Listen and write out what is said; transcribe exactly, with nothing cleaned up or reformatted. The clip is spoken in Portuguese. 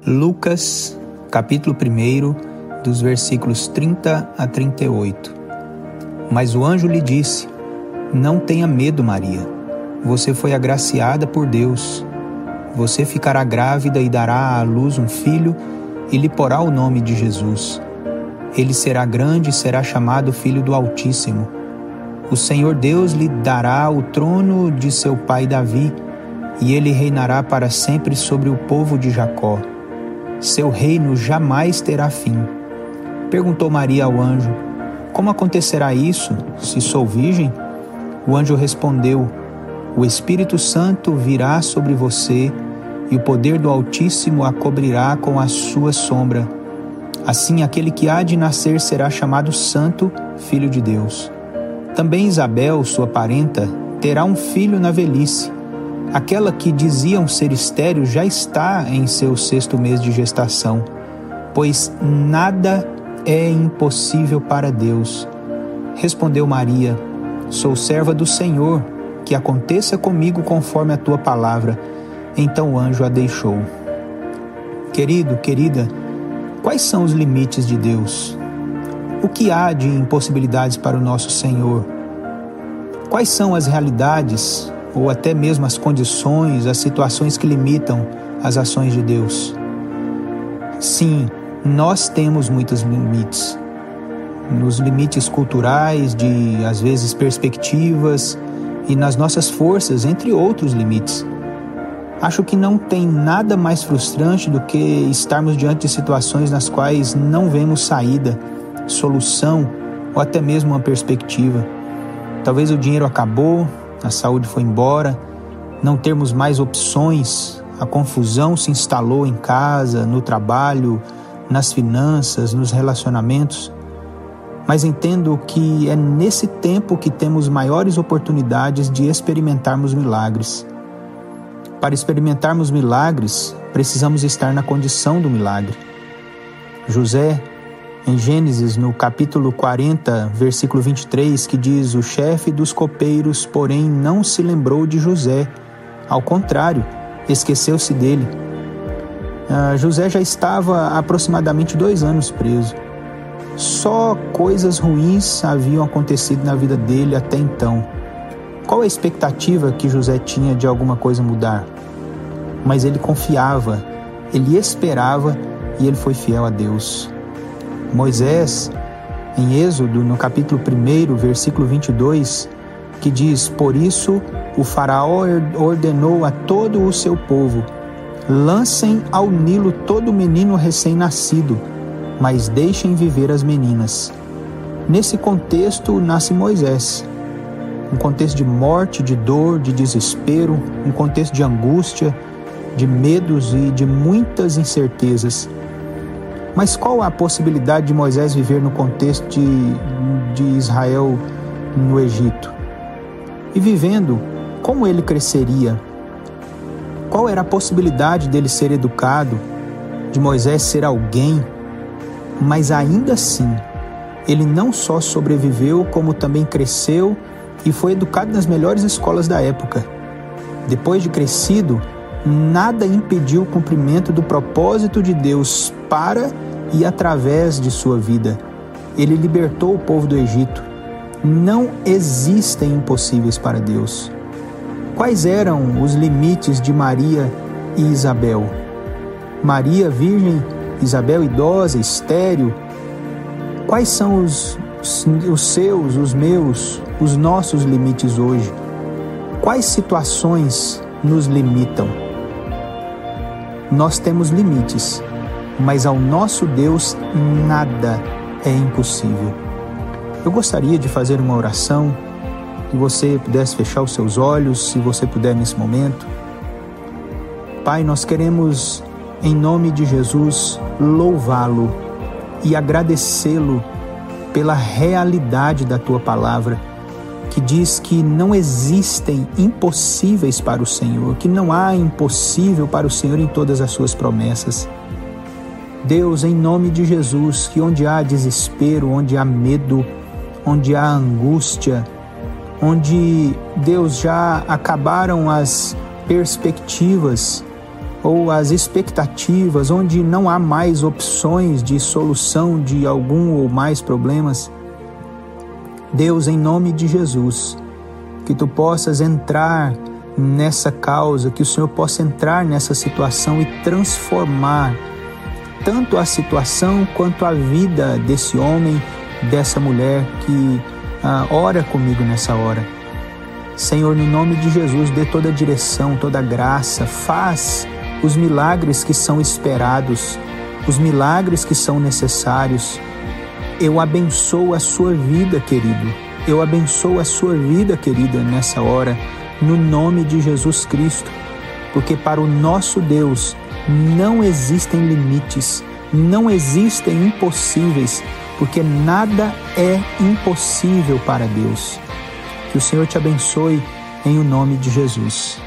Lucas, capítulo um, dos versículos trinta a trinta e oito. Mas o anjo lhe disse: Não tenha medo, Maria. Você foi agraciada por Deus. Você ficará grávida e dará à luz um filho e lhe porá o nome de Jesus. Ele será grande e será chamado Filho do Altíssimo. O Senhor Deus lhe dará o trono de seu pai Davi, e ele reinará para sempre sobre o povo de Jacó. Seu reino jamais terá fim. Perguntou Maria ao anjo: Como acontecerá isso, se sou virgem? O anjo respondeu: O Espírito Santo virá sobre você, e o poder do Altíssimo a cobrirá com a sua sombra. Assim, aquele que há de nascer será chamado Santo, Filho de Deus. Também Isabel, sua parenta, terá um filho na velhice. Aquela que diziam ser estéril já está em seu sexto mês de gestação, pois nada é impossível para Deus. Respondeu Maria: Sou serva do Senhor, que aconteça comigo conforme a tua palavra. Então o anjo a deixou. Querido, querida, quais são os limites de Deus? O que há de impossibilidades para o nosso Senhor? Quais são as realidades, ou até mesmo as condições, as situações que limitam as ações de Deus? Sim, nós temos muitos limites. Nos limites culturais, de, às vezes, perspectivas, e nas nossas forças, entre outros limites. Acho que não tem nada mais frustrante do que estarmos diante de situações nas quais não vemos saída, solução ou até mesmo uma perspectiva. Talvez o dinheiro acabou, a saúde foi embora, não termos mais opções, a confusão se instalou em casa, no trabalho, nas finanças, nos relacionamentos. Mas entendo que é nesse tempo que temos maiores oportunidades de experimentarmos milagres. Para experimentarmos milagres, precisamos estar na condição do milagre. José, em Gênesis, no capítulo quarenta, versículo vinte e três, que diz: O chefe dos copeiros, porém, não se lembrou de José. Ao contrário, esqueceu-se dele. Ah, José já estava há aproximadamente dois anos preso. Só coisas ruins haviam acontecido na vida dele até então. Qual a expectativa que José tinha de alguma coisa mudar? Mas ele confiava, ele esperava e ele foi fiel a Deus. Moisés, em Êxodo, no capítulo um, versículo vinte e dois, que diz: Por isso o faraó ordenou a todo o seu povo: Lancem ao Nilo todo menino recém-nascido, mas deixem viver as meninas. Nesse contexto nasce Moisés. Um contexto de morte, de dor, de desespero, um contexto de angústia, de medos e de muitas incertezas. Mas qual a possibilidade de Moisés viver no contexto de, de Israel no Egito? E vivendo, como ele cresceria? Qual era a possibilidade dele ser educado, de Moisés ser alguém? Mas ainda assim, ele não só sobreviveu, como também cresceu e foi educado nas melhores escolas da época. Depois de crescido, nada impediu o cumprimento do propósito de Deus para e através de sua vida. Ele libertou o povo do Egito. Não existem impossíveis para Deus. Quais eram os limites de Maria e Isabel? Maria virgem, Isabel idosa, estéril. Quais são os, os seus, os meus, os nossos limites hoje? Quais situações nos limitam? Nós temos limites, mas ao nosso Deus nada é impossível. Eu gostaria de fazer uma oração, que você pudesse fechar os seus olhos, se você puder nesse momento. Pai, nós queremos, em nome de Jesus, louvá-lo e agradecê-lo pela realidade da tua palavra, que diz que não existem impossíveis para o Senhor, que não há impossível para o Senhor em todas as suas promessas. Deus, em nome de Jesus, que onde há desespero, onde há medo, onde há angústia, onde, Deus, já acabaram as perspectivas, ou as expectativas, onde não há mais opções de solução de algum ou mais problemas. Deus, em nome de Jesus, que Tu possas entrar nessa causa, que o Senhor possa entrar nessa situação e transformar tanto a situação quanto a vida desse homem, dessa mulher que ah, ora comigo nessa hora. Senhor, no nome de Jesus, dê toda a direção, toda a graça, faz os milagres que são esperados, os milagres que são necessários. Eu abençoo a sua vida, querido. Eu abençoo a sua vida, querida, nessa hora, no nome de Jesus Cristo, porque para o nosso Deus não existem limites, não existem impossíveis, porque nada é impossível para Deus. Que o Senhor te abençoe em o nome de Jesus.